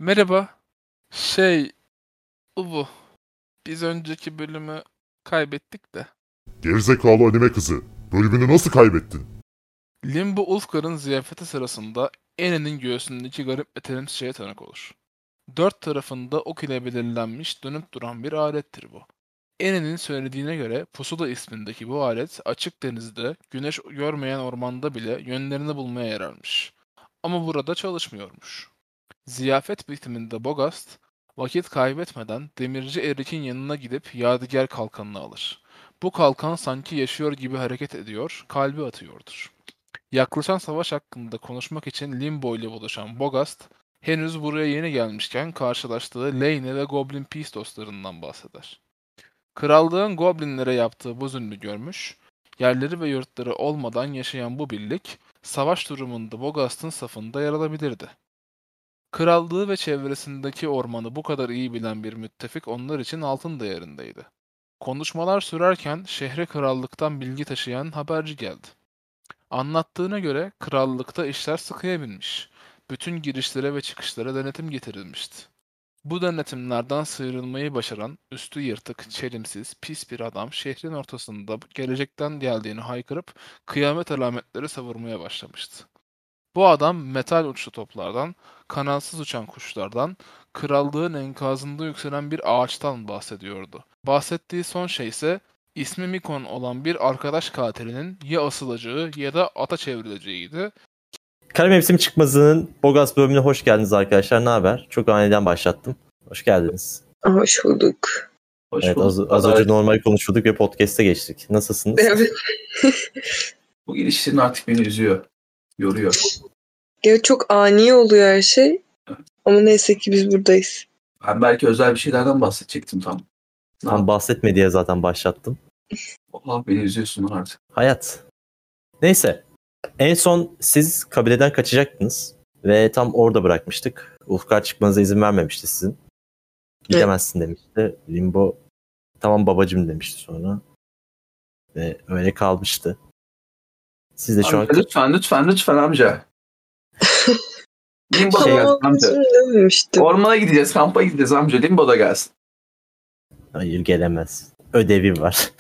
Merhaba. Şey, Ubu, biz önceki bölümü kaybettik de. Gerizekalı anime kızı. Bölümünü nasıl kaybettin? Limbo Ulfgar'ın ziyafeti sırasında Enne'nin göğsündeki garip metalin şeye tanık olur. Dört tarafında ok ile belirlenmiş dönüp duran bir alettir bu. Enne'nin söylediğine göre Pusula ismindeki bu alet açık denizde, güneş görmeyen ormanda bile yönlerini bulmaya yararmış. Ama burada çalışmıyormuş. Ziyafet bitiminde Bogast, vakit kaybetmeden Demirci Erik'in yanına gidip Yadigar kalkanını alır. Bu kalkan sanki yaşıyor gibi hareket ediyor, kalbi atıyordur. Yaklaşan savaş hakkında konuşmak için Limbo ile buluşan Bogast, henüz buraya yeni gelmişken karşılaştığı Lane ve Goblin Peace dostlarından bahseder. Krallığın Goblinlere yaptığı bu zulmü görmüş, yerleri ve yurtları olmadan yaşayan bu birlik, savaş durumunda Bogast'ın safında yer alabilirdi. Krallığı ve çevresindeki ormanı bu kadar iyi bilen bir müttefik onlar için altın değerindeydi. Konuşmalar sürerken şehre krallıktan bilgi taşıyan haberci geldi. Anlattığına göre krallıkta işler sıkıya binmiş. Bütün girişlere ve çıkışlara denetim getirilmişti. Bu denetimlerden sıyrılmayı başaran, üstü yırtık, çelimsiz, pis bir adam şehrin ortasında gelecekten geldiğini haykırıp kıyamet alametleri savurmaya başlamıştı. Bu adam metal uçlu toplardan, kanatsız uçan kuşlardan, krallığın enkazında yükselen bir ağaçtan bahsediyordu. Bahsettiği son şey ise ismi Mikon olan bir arkadaş katilinin ya asılacağı ya da ata çevrileceğiydi. Kara Mevsim Çıkmazı'nın Bogas bölümüne hoş geldiniz arkadaşlar. Ne haber? Çok aniden başlattım. Hoş geldiniz. Hoş bulduk. Evet, az önce normal konuşuyorduk ve podcast'e geçtik. Nasılsınız? Evet. Bu girişlerin artık beni üzüyor. Yoruyor. Ya çok ani oluyor her şey. Ama neyse ki biz buradayız. Ben belki özel bir şeylerden bahsedecektim tam. Tam bahsetme diye zaten başlattım. Oha, beni üzüyorsun artık. Hayat. Neyse. En son siz kabileden kaçacaktınız. Ve tam orada bırakmıştık. Ulfgar çıkmanıza izin vermemişti sizin. Gidemezsin demişti. Limbo tamam babacım demişti sonra. Ve öyle kalmıştı. Siz de şu an... Lütfen amca. Limbo'da Tamam, gelsin amca. dememiştim. Ormana gideceğiz, kampa gideceğiz amca. Limbo'da gelsin. Hayır, gelemez. Ödevi var.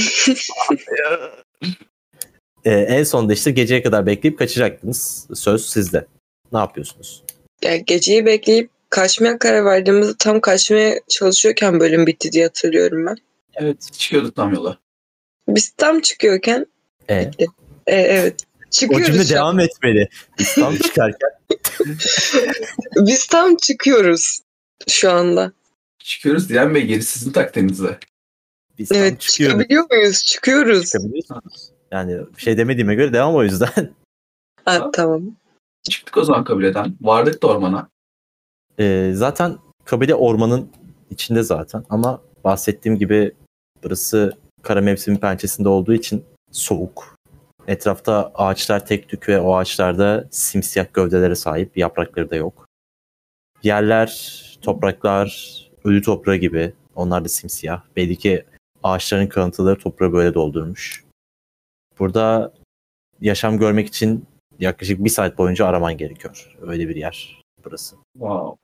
En sonunda işte geceye kadar bekleyip kaçacaktınız. Söz sizde. Ne yapıyorsunuz? Ya geceyi bekleyip kaçmaya karar verdiğimizde tam kaçmaya çalışıyorken bölüm bitti diye hatırlıyorum ben. Evet, çıkıyorduk tam yola. Biz tam çıkıyorken bitti. Evet. Çıkıyoruz. O cümle devam etmeli. Biz tam çıkarken. Biz tam çıkıyoruz şu anda. Çıkıyoruz Diren Bey, gerisi sizin taktiğinizde. Biz tam Evet, çıkıyoruz. çıkabiliyor muyuz? Çıkıyoruz. Çıkabiliyorsunuz. Yani bir şey demediğime göre devam o yüzden. Tamam. Çıktık o zaman kabileden. Vardık da ormana. Zaten kabile ormanın içinde zaten. Ama bahsettiğim gibi burası kara mevsimin pençesinde olduğu için soğuk. Etrafta ağaçlar tek tük ve o ağaçlarda simsiyah gövdelere sahip, yaprakları da yok. Yerler, topraklar ölü toprağı gibi. Onlar da simsiyah. Belli ki ağaçların kalıntıları toprağı böyle doldurmuş. Burada yaşam görmek için yaklaşık 1 saat boyunca araman gerekiyor. Öyle bir yer burası. Wow.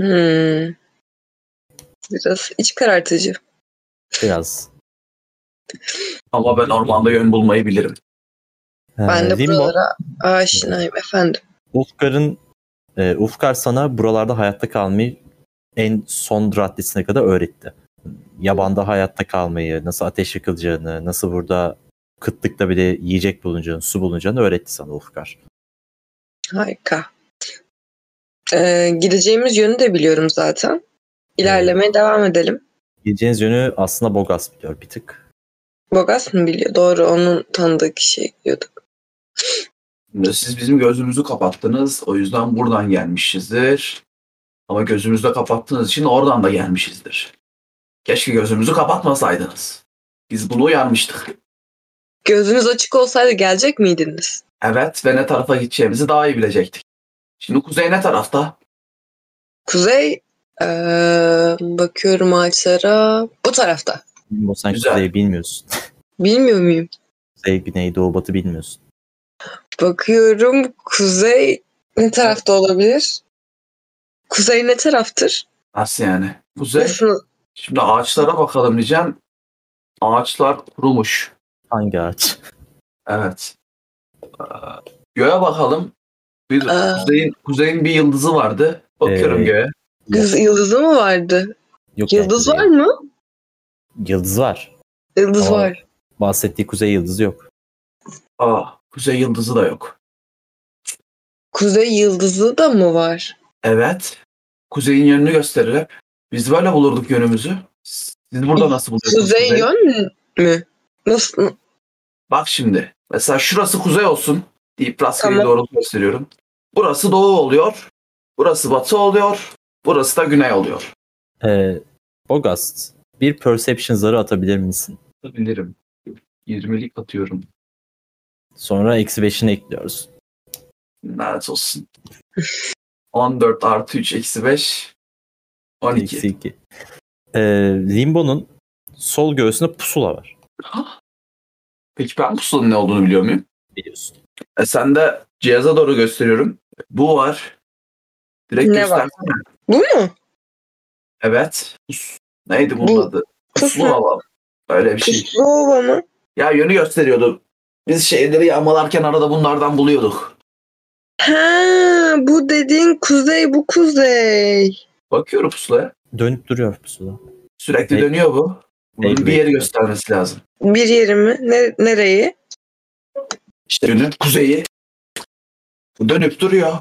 Biraz iç karartıcı. Biraz. Ama ben ormanda yön bulmayı bilirim. Ben de Limbo, buralara aşinayım efendim. Ulfgar sana buralarda hayatta kalmayı en son raddesine kadar öğretti. Yabanda hayatta kalmayı, nasıl ateş yakılacağını, nasıl burada kıtlıkta bile yiyecek bulunacağını, su bulunacağını öğretti sana Ulfgar. Harika. Gideceğimiz yönü de biliyorum zaten. İlerlemeye devam edelim. Gideceğiniz yönü aslında Bogas biliyor bir tık. Bogas mı biliyor? Doğru, onun tanıdığı kişiye gidiyorduk. Siz bizim gözümüzü kapattınız. O yüzden buradan gelmişizdir. Ama gözümüzü de kapattığınız için oradan da gelmişizdir. Keşke gözümüzü kapatmasaydınız. Biz bunu uyarmıştık. Gözünüz açık olsaydı gelecek miydiniz? Evet, ve ne tarafa gideceğimizi daha iyi bilecektik. Şimdi kuzey ne tarafta? Kuzey, bakıyorum ağaçlara, bu tarafta. Limbo, sen Güzel. kuzeyi bilmiyorsun. Bilmiyor muyum? Kuzey, güney, doğu, batı bilmiyorsun. Bakıyorum, kuzey ne tarafta olabilir? Kuzey ne taraftır? Nasıl yani? Kuzey. Nasıl? Şimdi ağaçlara bakalım diyeceğim. Ağaçlar kurumuş. Hangi ağaç? Evet. Ee, Göğe bakalım. Bir Aa. kuzeyin bir yıldızı vardı. Bakıyorum Ee, göğe. Yıldızı mı vardı? Yok Yıldız yani, var mı? Yıldız var. Yıldız Ama var. bahsettiği kuzey yıldızı yok. Kuzey yıldızı da yok. Kuzey yıldızı da mı var? Evet. Kuzeyin yönünü gösterir hep. Biz böyle bulurduk yönümüzü. Siz burada nasıl buluyorsunuz Kuzey kuzeyi? yön mü? Nasıl? Bak şimdi. Mesela şurası kuzey olsun deyip rastgele Tamam. doğru gösteriyorum. Burası doğu oluyor. Burası batı oluyor. Burası da güney oluyor. Bogast, bir perception zarı atabilir misin? Bilirim. 20'lik atıyorum. Sonra -5'ini ekliyoruz. Lanet olsun. 14 artı 3 eksi 5. 12. -2. Limbo'nun sol göğsünde pusula var. Peki ben pusulanın ne olduğunu biliyor muyum? Biliyorsun. Sen de cihaza doğru gösteriyorum. Bu var. Direkt Ne var? göstersene. Bu mu? Evet. Neydi bunun Bu- adı? Puslu. Puslu hava. Öyle bir şey. Puslu ova mı? Ya yönü gösteriyordu. Biz şehirleri yağmalarken arada bunlardan buluyorduk. Ha, bu dediğin kuzey, bu kuzey. Bakıyorum pusulaya. Dönüp duruyor pusula. Sürekli Ne- dönüyor bu. Bunun Neyi bir yeri bekliyor? göstermesi lazım. Bir yeri mi? Nereyi? İşte yönü kuzeyi. Bu dönüp duruyor.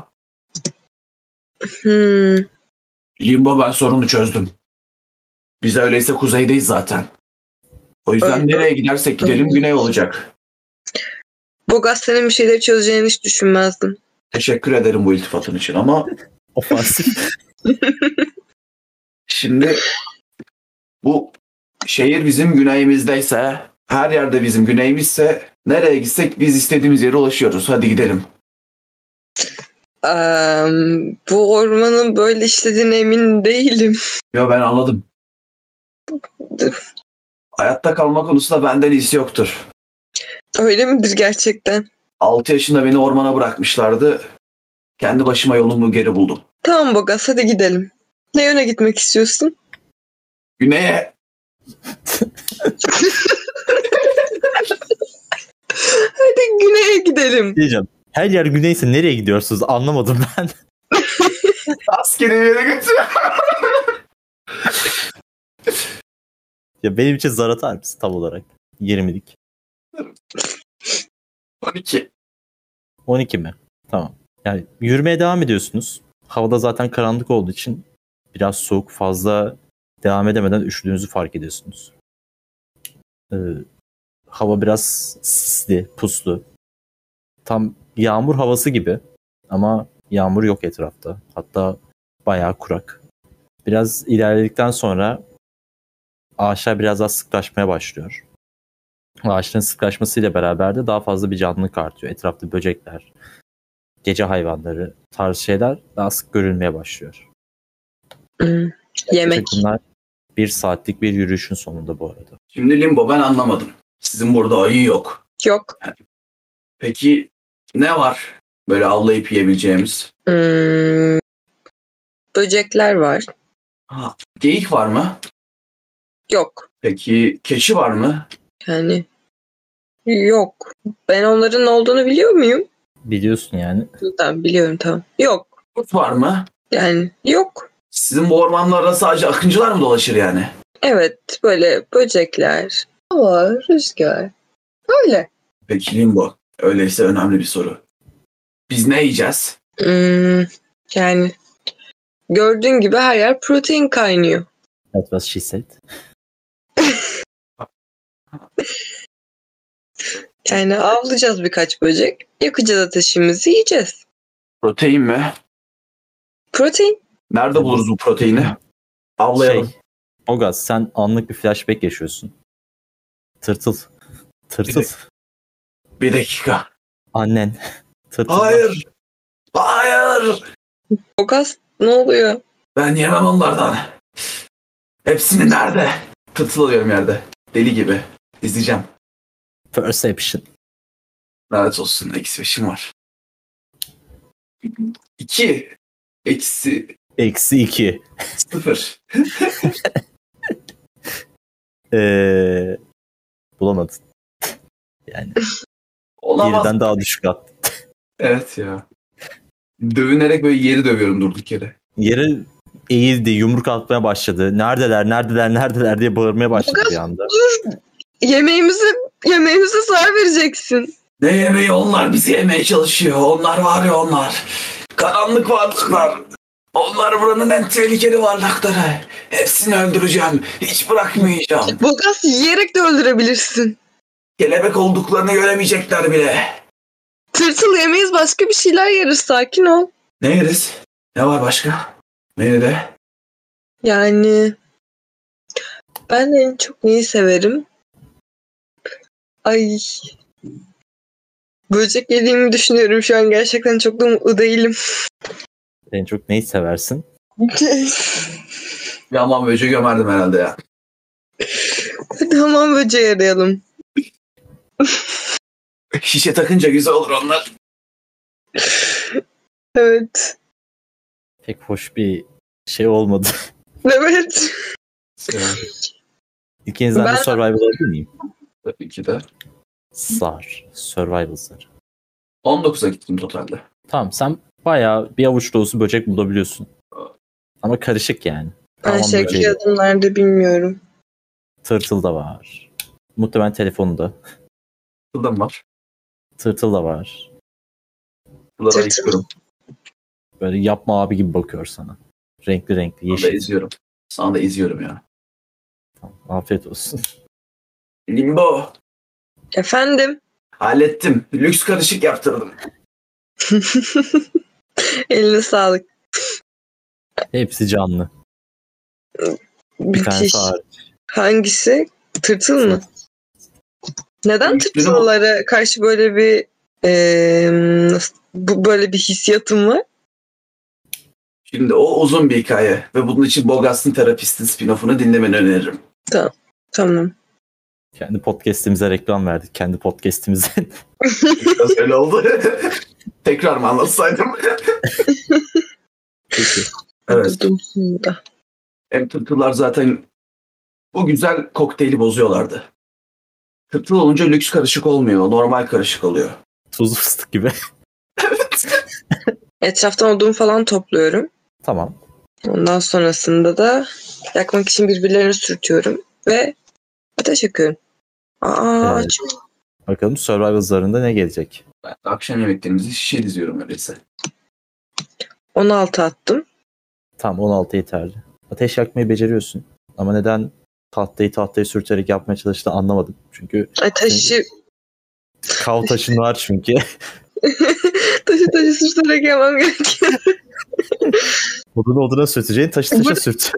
Limbo ben sorunu çözdüm. Biz öyleyse kuzeydeyiz zaten. O yüzden Öyle. nereye gidersek gidelim güney olacak. Bogas senin bir şeyleri çözeceğini hiç düşünmezdim. Teşekkür ederim bu iltifatın için ama Ofansif. şimdi bu şehir bizim güneyimizdeyse, her yerde bizim güneyimizse nereye gitsek biz istediğimiz yere ulaşıyoruz. Hadi gidelim. Bu ormanın böyle işlediğine emin değilim. Yo ben anladım. Hayatta kalma konusunda benden iyisi yoktur. Öyle midir gerçekten? 6 yaşında beni ormana bırakmışlardı. Kendi başıma yolumu geri buldum. Tamam Bogas, hadi gidelim. Ne yöne gitmek istiyorsun? Güneye. Hadi güneye gidelim. Diyeceğim. Her yer güneyse nereye gidiyorsunuz? Anlamadım ben. Askeri bir yere götür. Ya benim için zar atar mısın tam olarak? 20'lik. 12. 12 mi? Tamam. Yani yürümeye devam ediyorsunuz. Havada zaten karanlık olduğu için biraz soğuk, fazla devam edemeden üşüdüğünüzü fark ediyorsunuz. Hava biraz sisli, puslu. Tam yağmur havası gibi ama yağmur yok etrafta. Hatta bayağı kurak. Biraz ilerledikten sonra ağaçlar biraz daha sıklaşmaya başlıyor. Ağaçların sıklaşmasıyla beraber de daha fazla bir canlılık artıyor. Etrafta böcekler, gece hayvanları tarzı şeyler daha sık görülmeye başlıyor. Yemek. Bunlar 1 saatlik bir yürüyüşün sonunda bu arada. Şimdi Limbo ben anlamadım. Sizin burada ayı yok. Yok. Peki ne var böyle avlayıp yiyebileceğimiz? Böcekler var. Geyik var mı? Yok. Peki keçi var mı? Yani yok. Ben onların ne olduğunu biliyor muyum? Biliyorsun yani. Tamam, biliyorum, tamam. Yok. Kurt var mı? Yani yok. Sizin bu ormanlarda sadece akıncılar mı dolaşır yani? Evet, böyle böcekler. Hava, rüzgar. Öyle. Peki Limbo, öyleyse önemli bir soru. Biz ne yiyeceğiz? Yani gördüğün gibi her yer protein kaynıyor. That was she said. Yani avlayacağız birkaç böcek. Yakacağız ateşimizi, yiyeceğiz. Protein mi? Protein. Nerede buluruz bu proteini? Avlayalım. Ogaz, sen anlık bir flashback yaşıyorsun. Tırtıl. Bir dakika. Annen. Tırtıl. Hayır. Hayır. Bogas, ne oluyor? Ben yemem onlardan. Hepsini nerede? Tırtıl alıyorum yerde. Deli gibi. İzleyeceğim. Perception. Lanet olsun. Eksi 5'im var. 2. Eksi -2. 0. Bulamadın. Yani Olamaz. birden daha düşük attın. Evet ya. Dövünerek böyle yeri dövüyorum durduk yere. Yere eğildi, yumruk atmaya başladı. Neredeler diye bağırmaya başladı bir anda. Yemeğimize zarar vereceksin. Ne yemeği, onlar bizi yemeye çalışıyor. Onlar var ya onlar. Karanlık varlıklar. Onlar buranın en tehlikeli varlıkları. Hepsini öldüreceğim. Hiç bırakmayacağım. Bogas yiyerek de öldürebilirsin. Kelebek olduklarını göremeyecekler bile. Tırtıl yemeyiz, başka bir şeyler yeriz, sakin ol. Ne yeriz? Ne var başka? Menüde? Yani ben en çok neyi severim? Ay, böcek yediğimi düşünüyorum şu an, gerçekten çok da mutlu değilim. En çok neyi seversin? Bir aman böceği gömerdim herhalde ya. Hadi hamam böceği arayalım. Şişe takınca güzel olur onlar. Evet. Pek hoş bir şey olmadı. Evet. İkinizden de Ben- survival alabilir miyim? Tabii ki de. Survival zar. 19'a gittim totalde. Tamam, sen bayağı bir avuç dolusu böcek bulabiliyorsun. Ama karışık yani. Ben Tamam, şey böceği de. adımlarda bilmiyorum. Tırtıl da var. Muhtemelen telefonda. Burada mı var? Tırtıl da var. Buralara Tırtıl. gidiyorum. Böyle yapma abi gibi bakıyor sana. Renkli Sana da yeşil. izliyorum. Sana da izliyorum ya. Tamam, afiyet olsun. Limbo. Efendim? Hallettim. Lüks karışık yaptırdım. Eline sağlık. Hepsi canlı. Bir Müthiş. tanesi hariç. Hangisi? Tırtıl mı? Neden Üstüne tırtıllara karşı böyle bir böyle bir hissiyatım var? Şimdi o uzun bir hikaye ve bunun için Bogas'ın Terapist'in spin-off'unu dinlemeni öneririm. Tamam. Kendi podcast'imize reklam verdik. Kendi podcast'imizin. Biraz öyle oldu. Tekrar mı anlatsaydım? Peki. Evet. Buldum şimdi. Hem tırtıllar zaten bu güzel kokteyli bozuyorlardı. Tırtıl olunca lüks karışık olmuyor. Normal karışık oluyor. Tuzlu fıstık gibi. Etraftan odun falan topluyorum. Tamam. Ondan sonrasında da yakmak için birbirlerine sürtüyorum ve ateş yakıyorum. Evet. Açıyor. Bakalım survival zarında ne gelecek? Ben de akşam yemeklerimizi şişe diziyorum öyleyse. 16 attım. Tamam, 16 yeterli. Ateş yakmayı beceriyorsun. Ama neden tahtayı sürterek yapmaya çalıştığını anlamadım. Çünkü Taşı kav taşın var çünkü. taşı sürterek yapmam gerekiyor. Oduna sürteceğin taşı taşa sürt.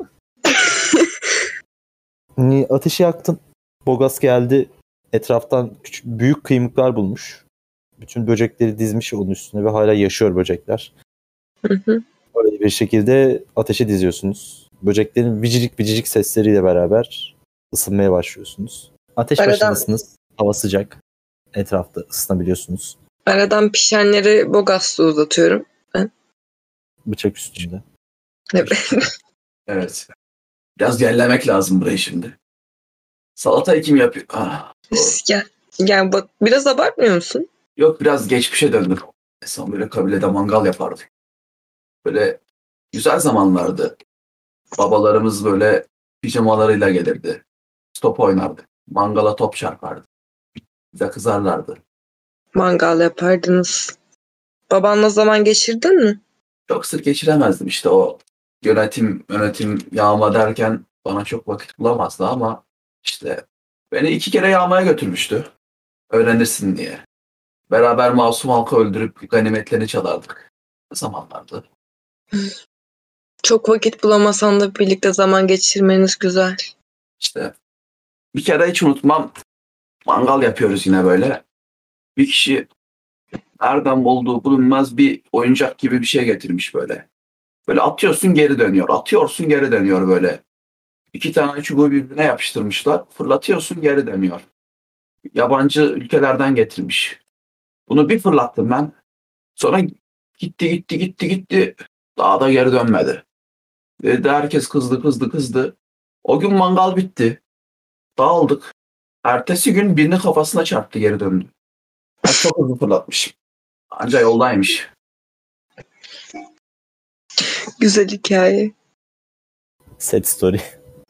Ateşi yaktın. Bogas geldi. Etraftan büyük kıymıklar bulmuş. Bütün böcekleri dizmiş onun üstüne ve hala yaşıyor böcekler. Böyle bir şekilde ateşe diziyorsunuz. Böceklerin vicicik sesleriyle beraber ısınmaya başlıyorsunuz. Ateş Aradan- başındasınız. Hava sıcak. Etrafta ısınabiliyorsunuz. Aradan pişenleri Bogas'la uzatıyorum. Bıçak üstünde. Evet. Evet. Biraz yerlemek lazım burayı şimdi. Salatayı kim yapıyor? Gel. Yani bak, biraz abartmıyor musun? Yok, biraz geçmişe döndüm. Son böyle kabilede mangal yapardık. Böyle güzel zamanlardı. Babalarımız böyle pijamalarıyla gelirdi. Top oynardı. Mangala top çarpardı. Bize kızarlardı. Mangal yapardınız. Babanla zaman geçirdin mi? Çok sık geçiremezdim işte o yönetim yağma derken bana çok vakit bulamazdı ama işte beni 2 kere yağmaya götürmüştü. Öğrenirsin diye. Beraber masum halkı öldürüp ganimetlerini çalardık. Ne zamanlardı. Çok vakit bulamasan da birlikte zaman geçirmeniz güzel. İşte bir kere hiç unutmam, mangal yapıyoruz yine böyle. Bir kişi nereden bulduğu bulunmaz bir oyuncak gibi bir şey getirmiş böyle. Böyle atıyorsun geri dönüyor. Atıyorsun geri dönüyor böyle. 2 tane çubuğu birbirine yapıştırmışlar. Fırlatıyorsun geri dönüyor. Yabancı ülkelerden getirmiş. Bunu bir fırlattım ben. Sonra gitti. Daha da geri dönmedi. Dedi herkes kızdı. O gün mangal bitti. Dağıldık. Ertesi gün birinin kafasına çarptı, geri döndü. Ben çok hızlı fırlatmışım. Anca yoldaymış. Güzel hikaye. Sad story.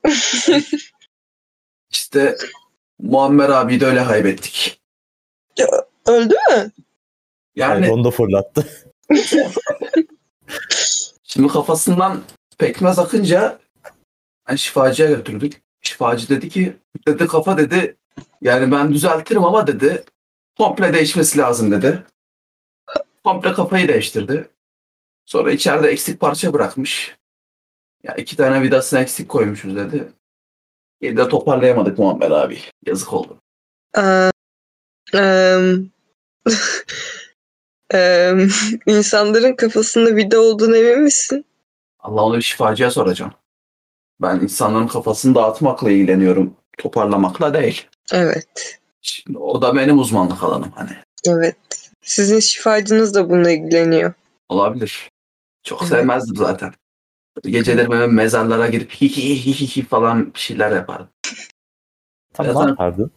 İşte Muammer abiyi de öyle kaybettik. Öldü mü? Yani Onu da fırlattı. şimdi kafasından pekmez akınca şifacıya götürdük. Şifacı dedi ki, dedi kafa dedi, yani ben düzeltirim ama dedi komple değişmesi lazım dedi. Komple kafayı değiştirdi. Sonra içeride eksik parça bırakmış. Ya 2 tane vidasını eksik koymuşuz dedi. Yine de toparlayamadık Muammer abi. Yazık oldu. Aa, em, insanların kafasında vida olduğunu emin misin? Allah, onu bir şifacıya soracağım. Ben insanların kafasını dağıtmakla ilgileniyorum. Toparlamakla değil. Evet. Şimdi o da benim uzmanlık alanım hani. Evet. Sizin şifacınız da bununla ilgileniyor. Olabilir. Çok Evet. sevmezdim zaten. Geceleri böyle mezarlara girip hi hi hi hi hi falan bir şeyler yapardım. Tam Zaten- ne yapardın?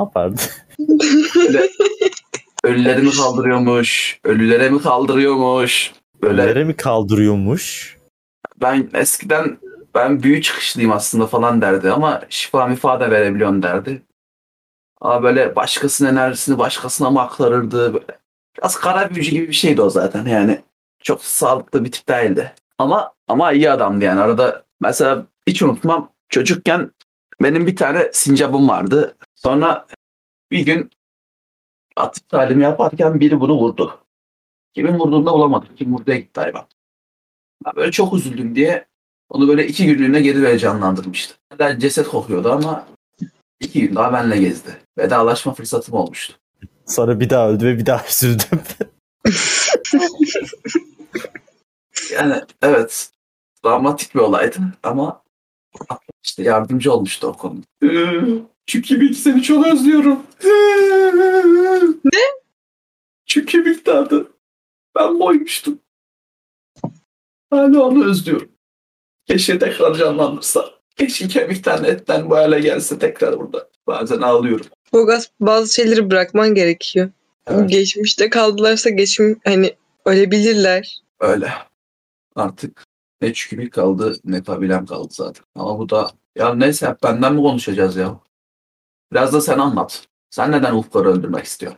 Böyle ölüleri mi kaldırıyormuş, ölülere mi kaldırıyormuş. Böyle Ölülere mi kaldırıyormuş? ben eskiden büyü çıkışlıyım aslında falan derdi ama şifa mifa da verebiliyorum derdi. Ama böyle başkasının enerjisini başkasına mı aktarırdı? Böyle. Biraz kara büyücü gibi bir şeydi o zaten yani. Çok sağlıklı bir tip değildi. Ama iyi adamdı yani. Arada mesela hiç unutmam, çocukken benim bir tane sincabım vardı. Sonra bir gün atık talimi yaparken biri bunu vurdu. Kimin vurduğunu da bulamadık. Kim vurduya gitti hayvan. Ben böyle çok üzüldüm diye onu böyle 2 günlüğüne geri ve canlandırmıştım. Neden ceset kokuyordu ama 2 gün daha benimle gezdi. Vedalaşma fırsatım olmuştu. Sonra bir daha öldü ve bir daha üzüldüm. Yani evet, dramatik bir olaydı ama işte yardımcı olmuştu o konuda. Çünkü Bilgi seni çok özlüyorum. Ne? Çünkü Bilgi adı. Ben boymuştum. Hala onu özlüyorum. Keşke tekrar canlandırsa. Keşke kemikten etten bu hale gelse tekrar burada. Bazen ağlıyorum. Bogas, bazı şeyleri bırakman gerekiyor. Evet. Geçmişte kaldılarsa hani ölebilirler. Öyle. Artık ne Çükümük kaldı ne kabilem kaldı zaten. Ama bu da ya neyse, hep benden mi konuşacağız ya? Biraz da sen anlat. Sen neden Ufuk'ları öldürmek istiyorsun?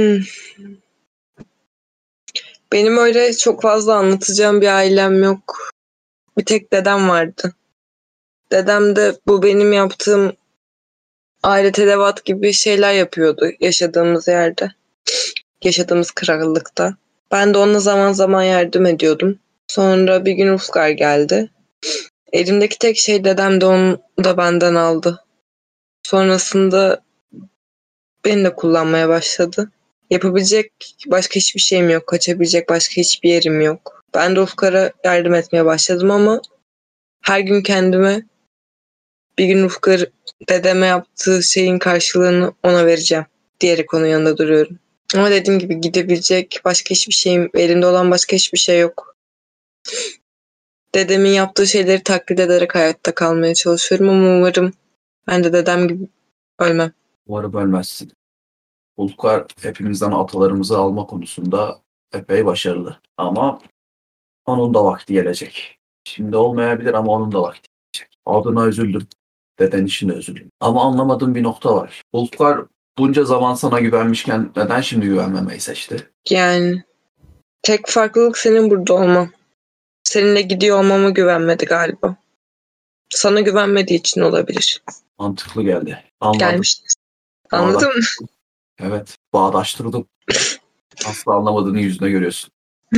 Benim öyle çok fazla anlatacağım bir ailem yok. Bir tek dedem vardı. Dedem de bu benim yaptığım alet edevat gibi şeyler yapıyordu yaşadığımız yerde. Yaşadığımız krallıkta. Ben de ona zaman zaman yardım ediyordum. Sonra bir gün Ufkar geldi. Elimdeki tek şey dedem de onu da benden aldı. Sonrasında beni de kullanmaya başladı. Yapabilecek başka hiçbir şeyim yok. Kaçabilecek başka hiçbir yerim yok. Ben de Ufkar'a yardım etmeye başladım ama her gün kendime bir gün Ufkar dedeme yaptığı şeyin karşılığını ona vereceğim diyerek onun yanında duruyorum. Ama dediğim gibi gidebilecek başka hiçbir şeyim, elimde olan başka hiçbir şey yok. Dedemin yaptığı şeyleri taklit ederek hayatta kalmaya çalışıyorum ama umarım ben de dedem gibi ölmem. Umarım ölmezsin. Ulukar hepimizden atalarımızı alma konusunda epey başarılı. Ama onun da vakti gelecek. Şimdi olmayabilir ama onun da vakti gelecek. Adına üzüldüm. Deden işine üzüldüm. Ama anlamadığım bir nokta var. Ulukar bunca zaman sana güvenmişken neden şimdi güvenmemeyi seçti? Yani tek farklılık senin burada olman. Seninle gidiyor olmama güvenmedi galiba. Sana güvenmediği için olabilir. Mantıklı geldi. Anladım. Gelmiş. Anladın mı? Evet. Bağdaştırdım. Asla anlamadığını yüzüne görüyorsun.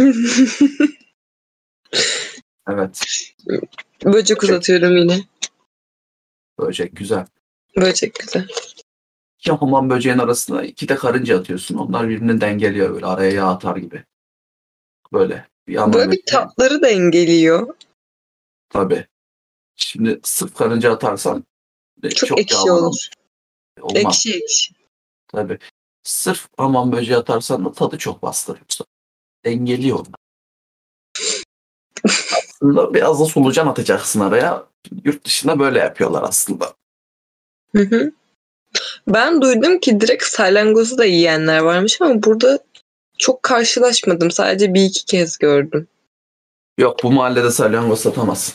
Evet. Böcek uzatıyorum yine. Böcek güzel. Böcek güzel. İki hamam böceğin arasına 2 de karınca atıyorsun. Onlar birbirini dengeliyor böyle, araya yağ atar gibi. Böyle. Bir hamam Böyle bir böceği. tatları dengeliyor. Tabii. Şimdi sırf karınca atarsan Çok ekşi yağlanır. olur. Olmaz. Ekşi. Tabii. Sırf hamam böceği atarsan da tadı çok bastırıyor. Dengeliyor. Aslında biraz da solucan atacaksın araya. Yurt dışında böyle yapıyorlar aslında. Hı hı. Ben duydum ki direkt salyangozu da yiyenler varmış ama burada çok karşılaşmadım. Sadece bir iki kez gördüm. Yok, bu mahallede salyangoz satamazsın.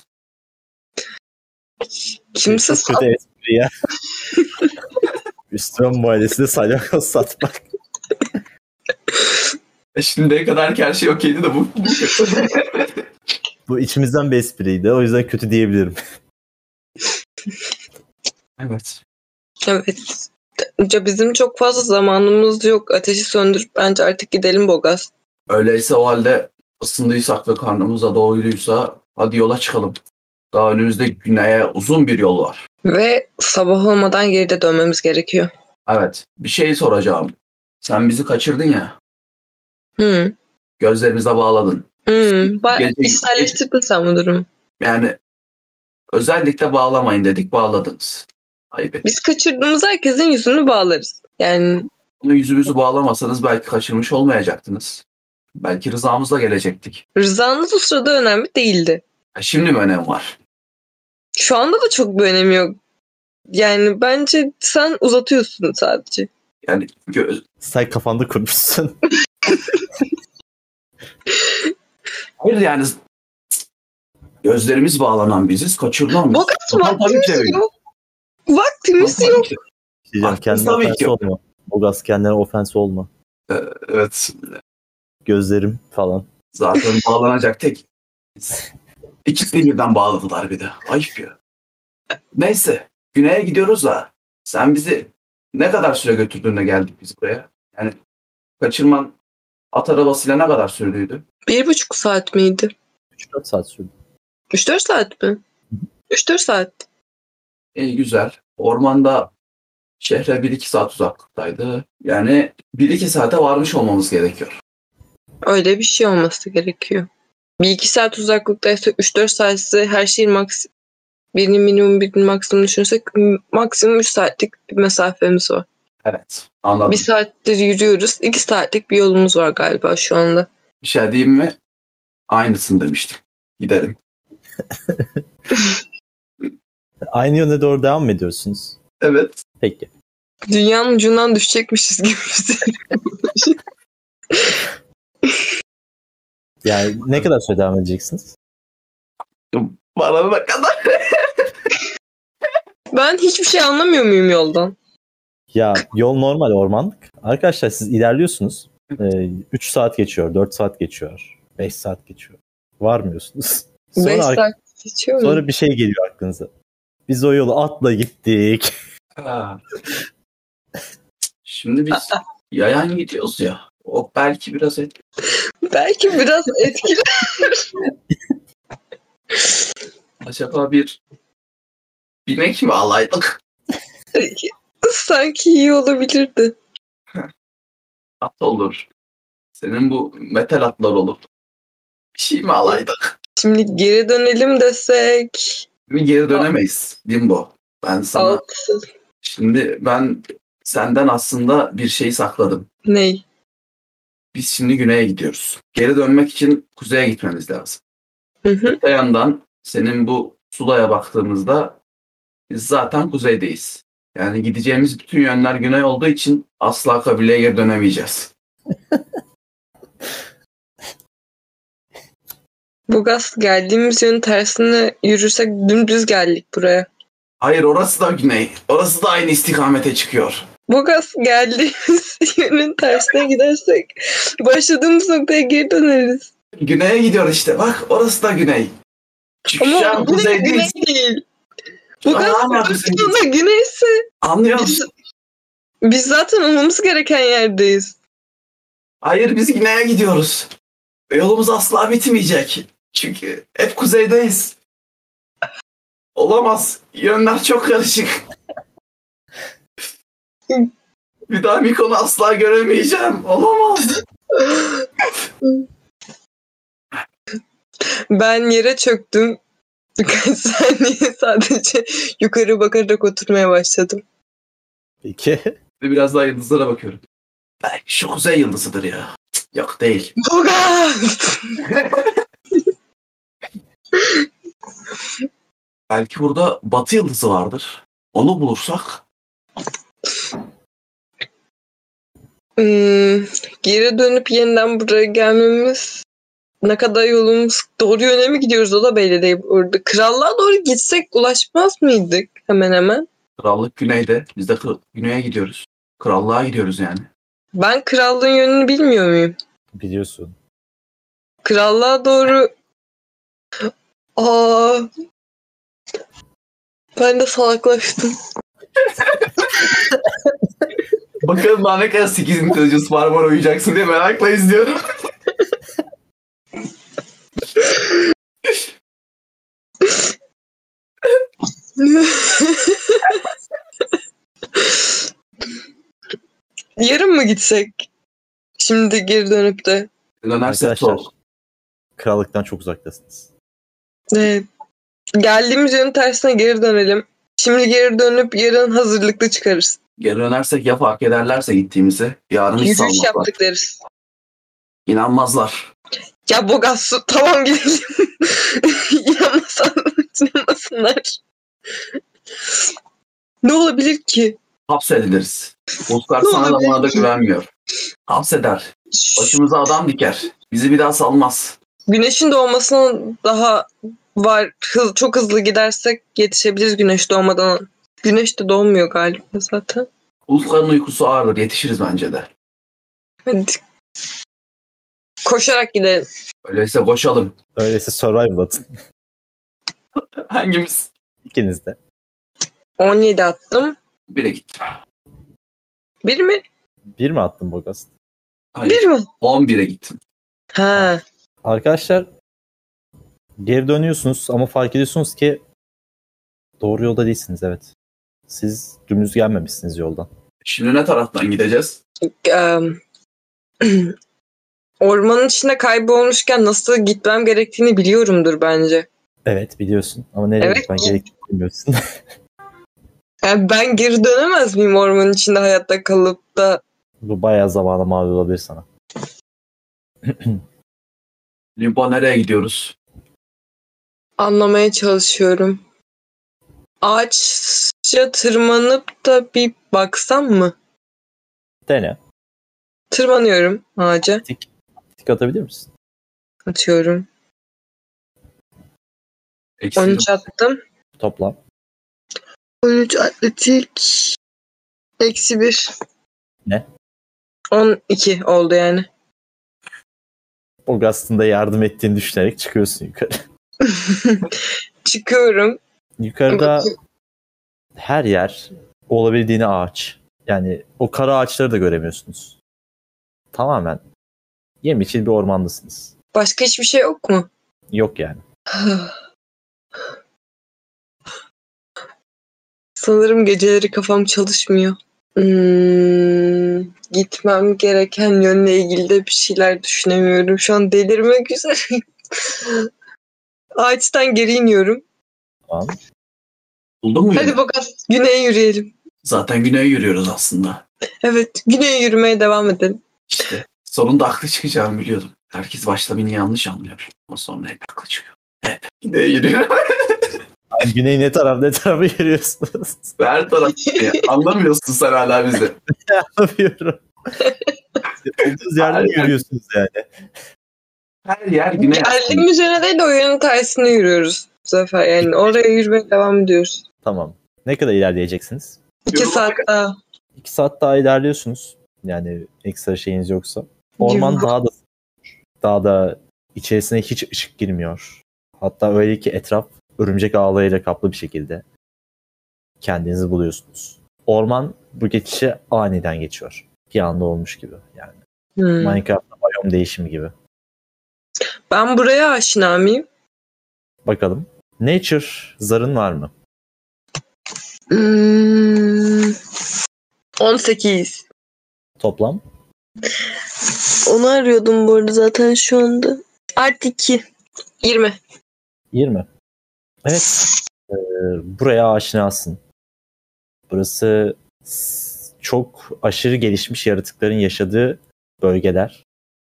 Kimse Çok kötü espri ya. Üstüne mahallesinde salyangoz satmak. Şimdiye kadar her şey okeydi de bu. Bu içimizden bir espriydi. O yüzden kötü diyebilirim. Evet. Evet. Bizim çok fazla zamanımız yok. Ateşi söndürüp bence artık gidelim Bogas. Öyleyse o halde ısındıysak ve karnımız da doyduysa hadi yola çıkalım. Daha önümüzde güneye uzun bir yol var. Ve sabah olmadan geride dönmemiz gerekiyor. Evet. Bir şey soracağım. Sen bizi kaçırdın ya. Hı. Gözlerimize bağladın. Gece- İşselleştirdin sen bu durumu. Yani özellikle bağlamayın dedik, bağladınız. Ayıp et. Biz kaçırdığımız herkesin yüzünü bağlarız. Yani Bunu yüzümüzü bağlamasanız belki kaçırmış olmayacaktınız. Belki rızamızla gelecektik. rızanız o sırada önemli değildi. Şimdi mi önem var? Şu anda da çok bir önemi yok. Yani bence sen uzatıyorsun sadece. Yani Sen kafanda kurmuşsun. hayır yani gözlerimiz bağlanan biziz, kaçırılan biziz. Bogas Tamam, tabii ki vaktimiz de yok. Vaktimiz Tabii yok. ki. Diyeceğim, Haklısın kendine tabii ofens ki. olma. Bogas, kendine ofens olma. Evet. Gözlerim falan. Zaten bağlanacak tek. İkisini birden bağladılar bir de. Ayıp ya. Neyse. Güney'e gidiyoruz da sen bizi ne kadar süre götürdüğünde geldik biz buraya? Yani kaçırman at arabasıyla ne kadar sürdüydü? 1,5 saat miydi? 3-4 saat sürdü. 3-4 saat mi? 3-4 saat. İyi, güzel. Ormanda şehre 1-2 saat uzaklıktaydı. Yani 1-2 saate varmış olmamız gerekiyor. Öyle bir şey olması gerekiyor. 1-2 saat uzaklıktaysa 3-4 saat ise her şeyin birinin minimum birinin maksimum düşünürsek maksimum 3 saatlik bir mesafemiz var. Evet. Anladım. 1 saattir yürüyoruz. 2 saatlik bir yolumuz var galiba şu anda. Bir şey diyeyim mi? Aynısını demiştim. Gidelim. Aynı yöne doğru devam mı ediyorsunuz? Evet. Peki. Dünyanın ucundan düşecekmişiz gibi. Yani ne kadar süre devam edeceksiniz? Bana ne kadar? Ben hiçbir şey anlamıyor muyum yoldan? Ya yol normal ormanlık. Arkadaşlar siz ilerliyorsunuz. 3 saat geçiyor, 4 saat geçiyor, 5 saat geçiyor. Varmıyorsunuz. 5 Sonra, saat geçiyor mu? sonra bir şey geliyor aklınıza. Biz o yolu atla gittik. Ha. Şimdi biz yayan gidiyoruz ya. O belki biraz Belki biraz etkili. acaba bir binek mi alaydık? Sanki iyi olabilirdi. At olur. Senin bu metal atlar olur. Bir şey mi alaydık? Şimdi geri dönelim desek. Bir geri dönemeyiz. Limbo. Ben sana Altı. şimdi senden aslında bir şey sakladım. Ney? Biz şimdi güneye gidiyoruz. Geri dönmek için kuzeye gitmemiz lazım. Hı hı. Öte yandan senin bu sulaya baktığımızda biz zaten kuzeydeyiz. Yani gideceğimiz bütün yönler güney olduğu için asla kabileye geri dönemeyeceğiz. Bogas geldiğimiz yönün tersine yürürsek dümdüz geldik buraya. Hayır, orası da güney. Orası da aynı istikamete çıkıyor. Bogas geldiğimiz yönün tersine gidersek başladığımız noktaya geri döneriz. Güneye gidiyor işte. Bak, orası da güney. Çünkü şu an Ama güney kuzeydeyiz. değil. Şu an Bogas hala kuzeydeyiz. aslında güneyse Anlıyor musun? biz zaten olmamız gereken yerdeyiz. Hayır, biz güneye gidiyoruz. Ve yolumuz asla bitmeyecek. Çünkü hep kuzeydeyiz. Olamaz. Yönler çok karışık. Bir daha Mikon'u asla göremeyeceğim. Olamaz. Ben yere çöktüm. Birkaç saniye sadece yukarı bakarak oturmaya başladım. Peki. Ve biraz daha yıldızlara bakıyorum. Belki şu kuzey yıldızıdır ya. Cık, yok değil. Bogas! Belki burada batı yıldızı vardır. Onu bulursak Geri dönüp yeniden buraya gelmemiz ne kadar yolumuz doğru yöne mi gidiyoruz o da belli değil burada. Krallığa doğru gitsek ulaşmaz mıydık hemen hemen? krallık güneyde. Biz de güneye gidiyoruz. Krallığa gidiyoruz yani. Ben krallığın yönünü bilmiyor muyum? Biliyorsun. Krallığa doğru... Aa, ben de salaklaştım. Bakalım daha ne kadar 8 intelligence var uyuyacaksın diye merakla izliyorum. Yarın mı gitsek? Şimdi geri dönüp de. Dönersek Arkadaşlar sol. krallıktan çok uzaktasınız. Evet. Geldiğimiz yönün tersine geri dönelim. Şimdi geri dönüp yarın hazırlıklı çıkarız. Geri dönersek ya fark ederlerse gittiğimizi yarın hiç Yürüyüş salmazlar. yaptık deriz. İnanmazlar. Ya Bogasu tamam gidelim. İnanmasınlar. Ne olabilir ki? Hapsediliriz. Oscar Ne sana da olabilir bana da ki? güvenmiyor. Hapseder. Başımıza adam diker. Bizi bir daha salmaz. Güneşin doğmasına daha var. Çok hızlı gidersek yetişebiliriz güneş doğmadan. Güneş de doğmuyor galiba zaten. Ulfgar'ın uykusu ağırdır. Yetişiriz bence de. Hadi. Koşarak gidelim. Öyleyse koşalım. Öyleyse survival atın. Hangimiz? İkiniz de. 17 attım. Bire gittim. Bir mi? Bir mi attın Bogast? Hayır. Bir mi? 11'e gittim. Ha. Arkadaşlar geri dönüyorsunuz ama fark ediyorsunuz ki doğru yolda değilsiniz, evet. Siz dümdüz gelmemişsiniz yoldan. Şimdi ne taraftan gideceğiz? Ormanın içinde kaybolmuşken nasıl gitmem gerektiğini biliyorumdur bence. Evet biliyorsun ama nereye Evet. gitmen gerektiğini bilmiyorsun. Yani ben geri dönemez miyim ormanın içinde hayatta kalıp da? Bu bayağı zamana mal olabilir sana. Limbo nereye gidiyoruz? Anlamaya çalışıyorum. Ağaça tırmanıp da bir baksam mı? Dene. Tırmanıyorum ağaca. Tik atabilir misin? Atıyorum. Eksi 13 attım. Toplam. 13 atletik. Eksi 1. Ne? 12 oldu yani. Bogast'ın da yardım ettiğini düşünerek çıkıyorsun yukarı. Çıkıyorum. Yukarıda her yer olabildiğine ağaç. Yani o kara ağaçları da göremiyorsunuz. Tamamen yemyeşil bir ormandasınız. Başka hiçbir şey yok mu? Yok yani. Sanırım geceleri kafam çalışmıyor. Gitmem gereken yönle ilgili de bir şeyler düşünemiyorum. Şu an delirmek üzereyim. Ağaçtan geri iniyorum. Tamam. Buldun mu yolu? Hadi bakalım güneye yürüyelim. Zaten güneye yürüyoruz aslında. Evet, güneye yürümeye devam edelim. İşte sonunda haklı çıkacağımı biliyordum. Herkes başta beni yanlış anlıyor. O sonra hep haklı çıkıyor. Hep güneye yürüyor. Güney ne tarafa yürüyorsunuz? Her taraf anlamıyorsun sen hala bizi. Anlamıyorum. Olduğunuz yerde mi yürüyorsunuz yani? Her yer güney aslında. Geldiğimiz yöne değil de o yönün tersine yürüyoruz bu sefer. Yani oraya yürümeye devam ediyoruz. Tamam. Ne kadar ilerleyeceksiniz? 2 saat daha. 2 saat daha ilerliyorsunuz. Yani ekstra şeyiniz yoksa. Orman Yok. daha da içerisine hiç ışık girmiyor. Hatta öyle ki etraf örümcek ağlarıyla kaplı bir şekilde kendinizi buluyorsunuz. Orman bu geçişi aniden geçiyor. Bir anda olmuş gibi yani. Minecraft'ta biyom değişimi gibi. Ben buraya aşina mıyım? Bakalım. Nature zarın var mı? 18. Toplam. Onu arıyordum bu arada zaten şu anda. Artı 2. 20. 20. Evet. Buraya aşinasın. Burası çok aşırı gelişmiş yaratıkların yaşadığı bölgeler.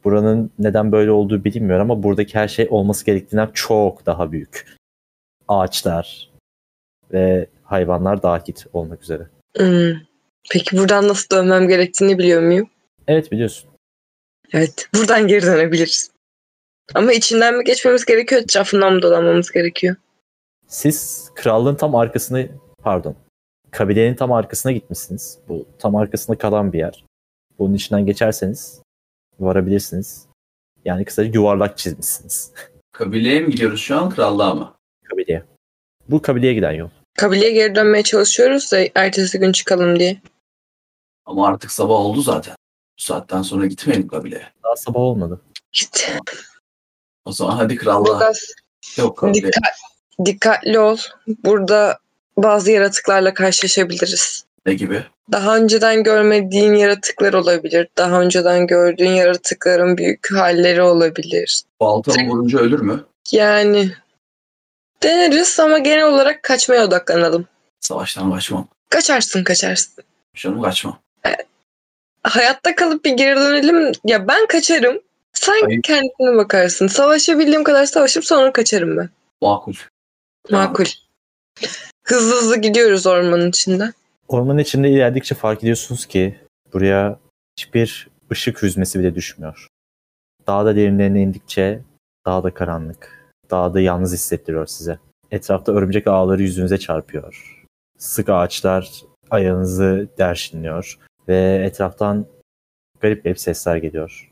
Buranın neden böyle olduğu bilinmiyor ama buradaki her şey olması gerektiğinden çok daha büyük. Ağaçlar ve hayvanlar dahil olmak üzere. Peki buradan nasıl dönmem gerektiğini biliyor muyum? Evet, biliyorsun. Evet. Buradan geri dönebiliriz. Ama içinden mi geçmemiz gerekiyor, etrafından mı dolanmamız gerekiyor? Siz krallığın tam arkasına, kabilenin tam arkasına gitmişsiniz. Bu tam arkasında kalan bir yer. Bunun içinden geçerseniz varabilirsiniz. Yani kısaca yuvarlak çizmişsiniz Kabileye mi gidiyoruz şu an, krallığa mı? kabileye. Bu kabileye giden yol. Kabileye geri dönmeye çalışıyoruz da ertesi gün çıkalım diye. Ama artık sabah oldu zaten. Bu saatten sonra gitmeyelim kabileye. Daha sabah olmadı. İşte. O zaman hadi krallığa. Biraz Yok kabileye. dikkatli ol. Burada bazı yaratıklarla karşılaşabiliriz. Ne gibi? Daha önceden görmediğin yaratıklar olabilir. Daha önceden gördüğün yaratıkların büyük halleri olabilir. Baltamı vurunca ölür mü? Yani deneriz ama genel olarak kaçmaya odaklanalım. Savaştan kaçmam. Kaçarsın. Canım kaçmam. Hayatta kalıp bir geri dönelim. Ya ben kaçarım. Sen Hayır. kendine bakarsın. Savaşabildiğim kadar savaşıp sonra kaçarım ben. Makul. Makul. Hızlı hızlı gidiyoruz ormanın içinden. Ormanın içinde ilerledikçe fark ediyorsunuz ki buraya hiçbir ışık hüzmesi bile düşmüyor. Daha da derinlerine indikçe daha da karanlık, daha da yalnız hissettiriyor size. Etrafta örümcek ağları yüzünüze çarpıyor. Sık ağaçlar ayağınızı derşinliyor ve etraftan garip garip sesler geliyor.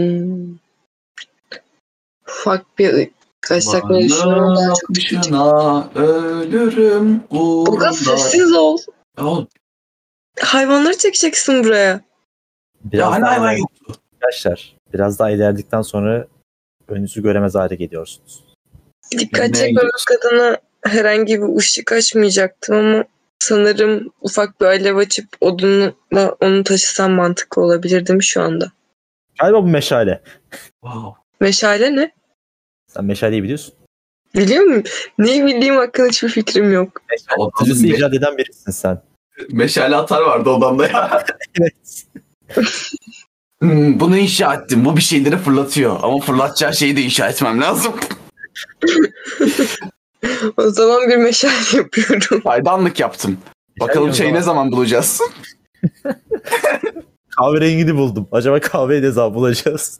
Ufak bir kaçsak ne düşünüyorum daha Varlığın çok gidecek. akışına ölürüm Burada uğrunda. sessiz ol. Ya, Hayvanları çekeceksin buraya. Biraz hani daha hayvan iler- yoktu. Arkadaşlar, biraz daha ilerledikten sonra önünüzü göremez hale geliyorsunuz. Dikkat Nereye çekmemek gidiyorsun? adına herhangi bir ışık açmayacaktım ama sanırım ufak bir alev açıp odunla onu taşısam mantıklı olabilir değil mi şu anda? Galiba bu meşale. Wow. Meşale ne? Sen meşaleyi biliyorsun. Biliyor muyum? Neyi bildiğim hakkında hiçbir fikrim yok. Atıcısı Adamın icat eden birisin sen. meşale atar vardı odamda ya. Evet. Bunu inşa ettim. Bu bir şeyleri fırlatıyor. Ama fırlatacağı şeyi de inşa etmem lazım. O zaman bir meşale yapıyorum. Faydanlık yaptım. Bakalım Meşale şeyi o ne zaman. zaman bulacağız? Kahverengini buldum. Acaba kahveyi ne zaman bulacağız?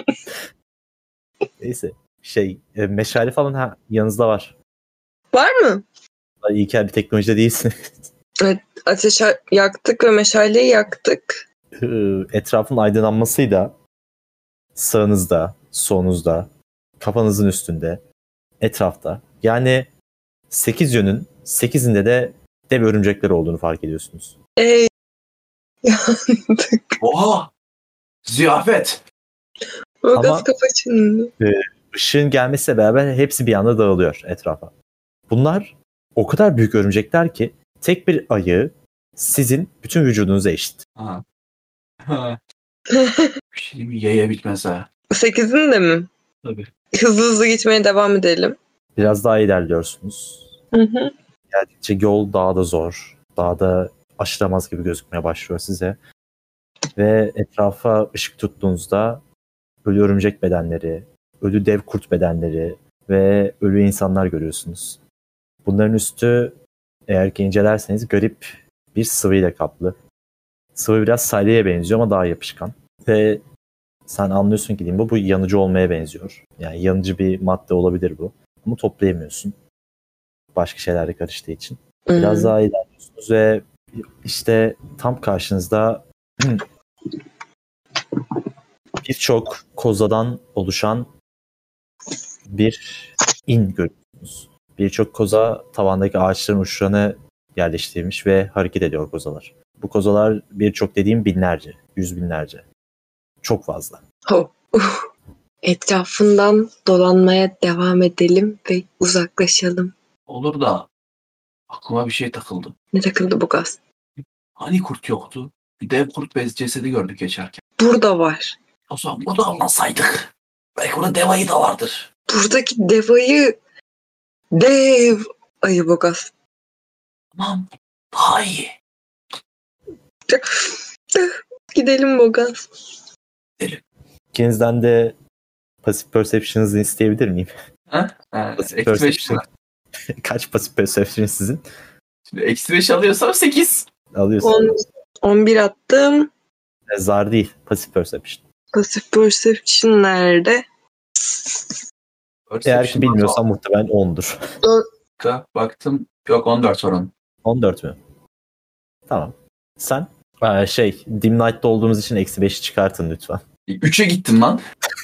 Neyse. Meşale falan yanınızda var. Var mı? İlkel bir teknolojide değilsin. Ateş yaktık ve meşaleyi yaktık. Etrafın aydınlanmasıyla sağınızda, solunuzda, kafanızın üstünde, etrafta. Yani 8 yönün 8'inde de dev örümcekler olduğunu fark ediyorsunuz. Ey yandık. Oha! Ziyafet! O Ama- gaz kafa çınladı. Işığın gelmesiyle beraber hepsi bir anda dağılıyor etrafa. Bunlar o kadar büyük örümcekler ki tek bir ayağı sizin bütün vücudunuza eşit. Ha. Bir şey mi? Yaya bitmez ha. 8'in de mi? Tabii. Hızlı hızlı gitmeye devam edelim. Biraz daha ilerliyorsunuz. Geldikçe yol daha da zor. Daha da aşılamaz gibi gözükmeye başlıyor size. Ve etrafa ışık tuttuğunuzda ölü örümcek bedenleri, ölü dev kurt bedenleri ve ölü insanlar görüyorsunuz. Bunların üstü eğer ki incelerseniz garip bir sıvıyla kaplı. Sıvı biraz salyaya benziyor ama daha yapışkan. Ve sen anlıyorsun ki bu yanıcı olmaya benziyor. Yani yanıcı bir madde olabilir bu. Ama toplayamıyorsun. Başka şeylerle karıştığı için. Biraz daha ilerliyorsunuz ve işte tam karşınızda birçok kozadan oluşan bir görüyorsunuz. Birçok koza tavandaki ağaçların uçlarına yerleştirilmiş ve hareket ediyor kozalar. Bu kozalar birçok dediğim binlerce, yüz binlerce. Çok fazla. Etrafından dolanmaya devam edelim ve uzaklaşalım. Olur da aklıma bir şey takıldı. Ne takıldı bu gaz? Hani kurt yoktu? Bir dev kurt cesedi gördük geçerken. Burada var. O zaman burada anlasaydık. Belki burada dev ayı da vardır. Buradaki dev ayı dev ayı bu gaz. Tamam. Daha iyi. Gidelim Bogaz. İkinizden de pasif perception'ınızı isteyebilir miyim? Eksi 5 Perception. Kaç pasif perception sizin? Şimdi eksi 5 alıyorsam 8. Alıyorsunuz. 11 attım. Zar değil. Pasif perception. Pasif perception nerede? Eğer ki bilmiyorsan muhtemelen 10'dur. Baktım. Yok 14 oran. 14 mü? Tamam. Sen? Dim Night'ta olduğumuz için eksi 5'i çıkartın lütfen. 3'e gittim lan.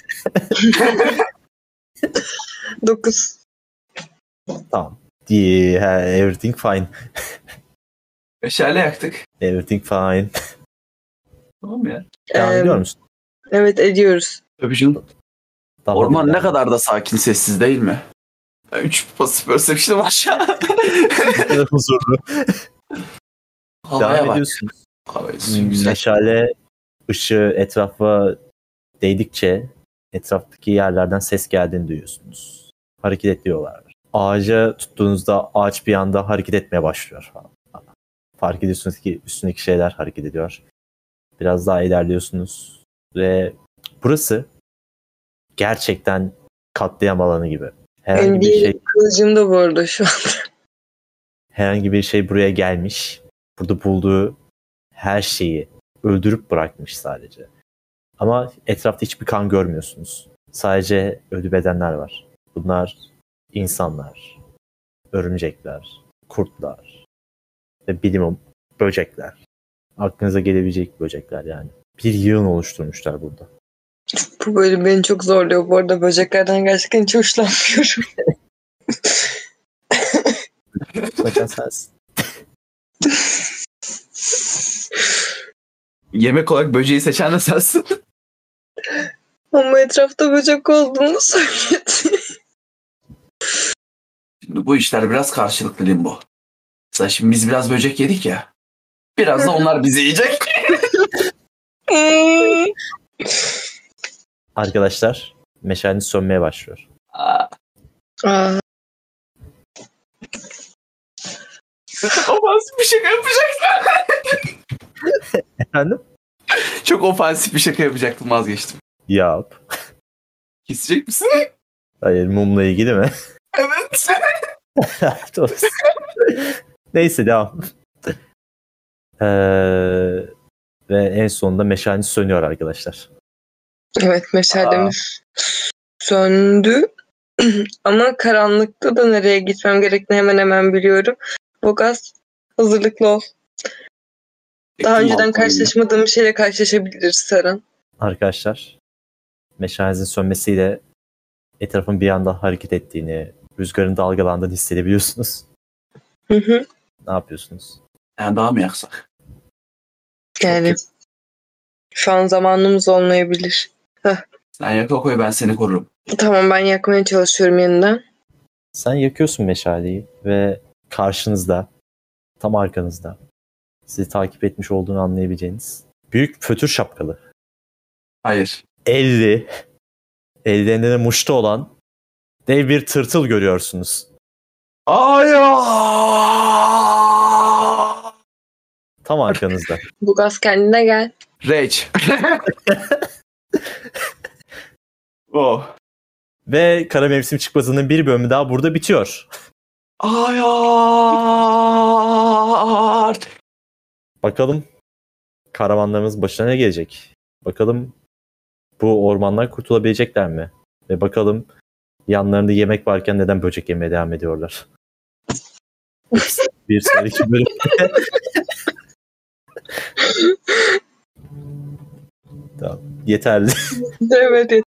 9. Tamam. Everything fine. Meşale yaktık. Everything fine. Tamam ya. Devam ediyor musun? Evet ediyoruz. Tabii canım. Daha Orman bir ne kadar da sakin, sessiz değil mi? 3 pasif perception'ım aşağı. huzurlu. Havaya Devam bak. ediyorsunuz. Havaya güzel. Meşale ışığı etrafa değdikçe etraftaki yerlerden ses geldiğini duyuyorsunuz. Hareket ediyorlar. Ağaca tuttuğunuzda ağaç bir anda hareket etmeye başlıyor. Fark ediyorsunuz ki üstündeki şeyler hareket ediyor. Biraz daha ilerliyorsunuz ve burası gerçekten katliam alanı gibi. Herhangi bir şey, Kılıcım da bu arada şu an. herhangi bir şey buraya gelmiş. Burada bulduğu her şeyi öldürüp bırakmış sadece. Ama etrafta hiçbir kan görmüyorsunuz. Sadece ölü bedenler var. Bunlar insanlar, örümcekler, kurtlar ve bilimum böcekler. Aklınıza gelebilecek böcekler yani. Bir yığın oluşturmuşlar burada. Bu bölüm beni çok zorluyor. Bu arada böceklerden gerçekten hiç hoşlanmıyorum. Kaçan sensin. Yemek olarak böceği seçen de sensin. Ama etrafta böcek olduğunu söyledi. Şimdi bu işler biraz karşılıklı Limbo. Mesela şimdi biz biraz böcek yedik ya. Biraz da onlar bizi yiyecek. Arkadaşlar, meşaleniz sönmeye başlıyor. Aa, Aa, ofansif bir şaka yapacaktım. Efendim? Çok ofansif bir şaka yapacaktım, vazgeçtim. Yap. Kesecek misin? Hayır, mumla ilgili mi? Evet. Doğru. Neyse devam. Ve en sonunda meşaleniz sönüyor arkadaşlar. evet meşalemiz söndü. Ama karanlıkta da nereye gitmem gerektiğini hemen biliyorum. Bogas hazırlıklı ol. Daha önceden karşılaşmadığım bir şeyle karşılaşabiliriz Saran. Arkadaşlar, meşalenizin sönmesiyle etrafın bir anda hareket ettiğini, rüzgarın dalgalandığını hissedebiliyorsunuz. Hı. Ne yapıyorsunuz? Yani daha mı yaksak? Yani şu an zamanımız olmayabilir. Sen yak o koy, ben seni korurum. Tamam ben yakmaya çalışıyorum yeniden. Sen yakıyorsun meşaleyi ve karşınızda, tam arkanızda sizi takip etmiş olduğunu anlayabileceğiniz büyük fötür şapkalı, Hayır. ellerinde de muşta olan dev bir tırtıl görüyorsunuz. Hayır. Tam arkanızda. Bogas kendine gel. Rage. Oh. Ve Kara Mevsim Çıkmazı'nın bir bölümü daha burada bitiyor. Hayır. Bakalım karavanlarımız başına ne gelecek? Bakalım bu ormandan kurtulabilecekler mi? Ve bakalım yanlarında yemek varken neden böcek yemeye devam ediyorlar? Bir sonraki bölüm. Tamam, yeterli. Evet